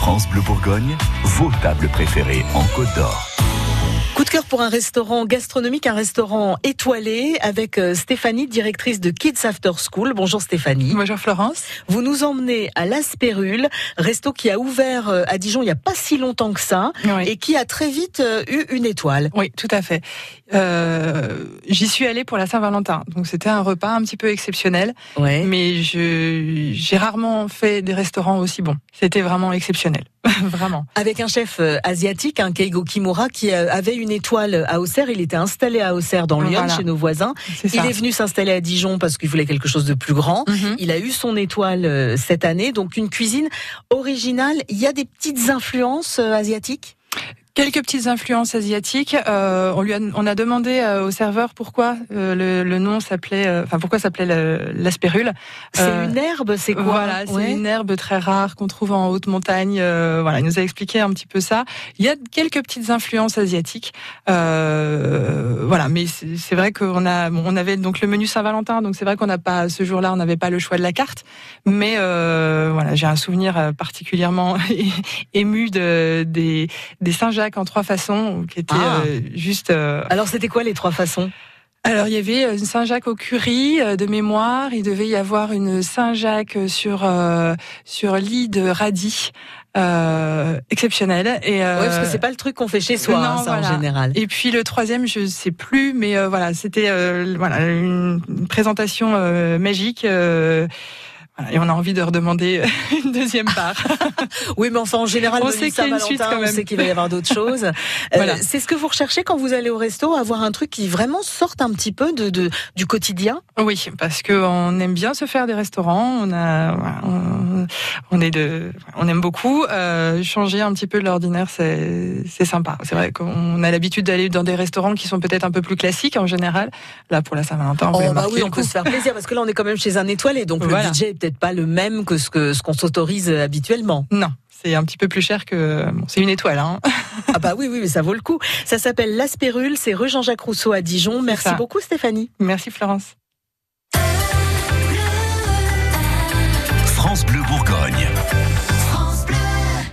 France Bleu Bourgogne, vos tables préférées en Côte d'Or. Coup de cœur pour un restaurant gastronomique, un restaurant étoilé avec Stéphanie, directrice de Kids After School. Bonjour Stéphanie. Bonjour Florence. Vous nous emmenez à l'Aspérule, resto qui a ouvert à Dijon il n'y a pas si longtemps que ça, oui, et qui a très vite eu une étoile. Oui, tout à fait. J'y suis allée pour la Saint-Valentin, donc c'était un repas un petit peu exceptionnel, ouais, mais j'ai rarement fait des restaurants aussi bons. C'était vraiment exceptionnel. Vraiment. Avec un chef asiatique, Keigo Kimura, qui avait une étoile à Auxerre. Il était installé à Auxerre dans Lyon, voilà, chez nos voisins. Il est venu s'installer à Dijon parce qu'il voulait quelque chose de plus grand. Il a eu son étoile cette année. Donc une cuisine originale. Il y a des petites influences asiatiques ? Quelques petites influences asiatiques. On a demandé au serveur pourquoi le nom s'appelait, pourquoi s'appelait l'Aspérule. C'est une herbe, c'est quoi ? Voilà, c'est une herbe très rare qu'on trouve en haute montagne. Voilà, il nous a expliqué un petit peu ça. Il y a quelques petites influences asiatiques. Voilà, mais c'est vrai qu'on avait donc le menu Saint-Valentin, donc c'est vrai qu'on n'a pas, ce jour-là, on n'avait pas le choix de la carte. Mais voilà, j'ai un souvenir particulièrement ému des Saint-Jacques en 3 façons, qui était juste... Alors c'était quoi les 3 façons ? Alors il y avait une Saint-Jacques au curry de mémoire, il devait y avoir une Saint-Jacques sur lit de radis. Exceptionnel et parce que c'est pas le truc qu'on fait chez soi, non, ça, voilà, en général. Et puis le 3e, je sais plus, mais voilà, c'était une présentation magique. Voilà, et on a envie de redemander une 2e part. Oui, mais enfin, en général, on sait qu'il y a une suite quand même. On sait qu'il va y avoir d'autres choses. Voilà. C'est ce que vous recherchez quand vous allez au resto, avoir un truc qui vraiment sorte un petit peu du quotidien ? Oui, parce que on aime bien se faire des restaurants. On aime beaucoup. Changer un petit peu de l'ordinaire, c'est sympa. C'est vrai qu'on a l'habitude d'aller dans des restaurants qui sont peut-être un peu plus classiques en général. Là, pour la Saint-Valentin, on voulait marquer on peut se faire plaisir parce que là, on est quand même chez un étoilé, donc voilà, le budget est peut-être pas le même que ce qu'on s'autorise habituellement. Non, c'est un petit peu plus cher que... Bon, c'est une étoile, hein. Ah bah oui, mais ça vaut le coup. Ça s'appelle l'Aspérule, c'est rue Jean-Jacques Rousseau à Dijon. Merci beaucoup Stéphanie. Merci Florence. France Bleu Bourgogne.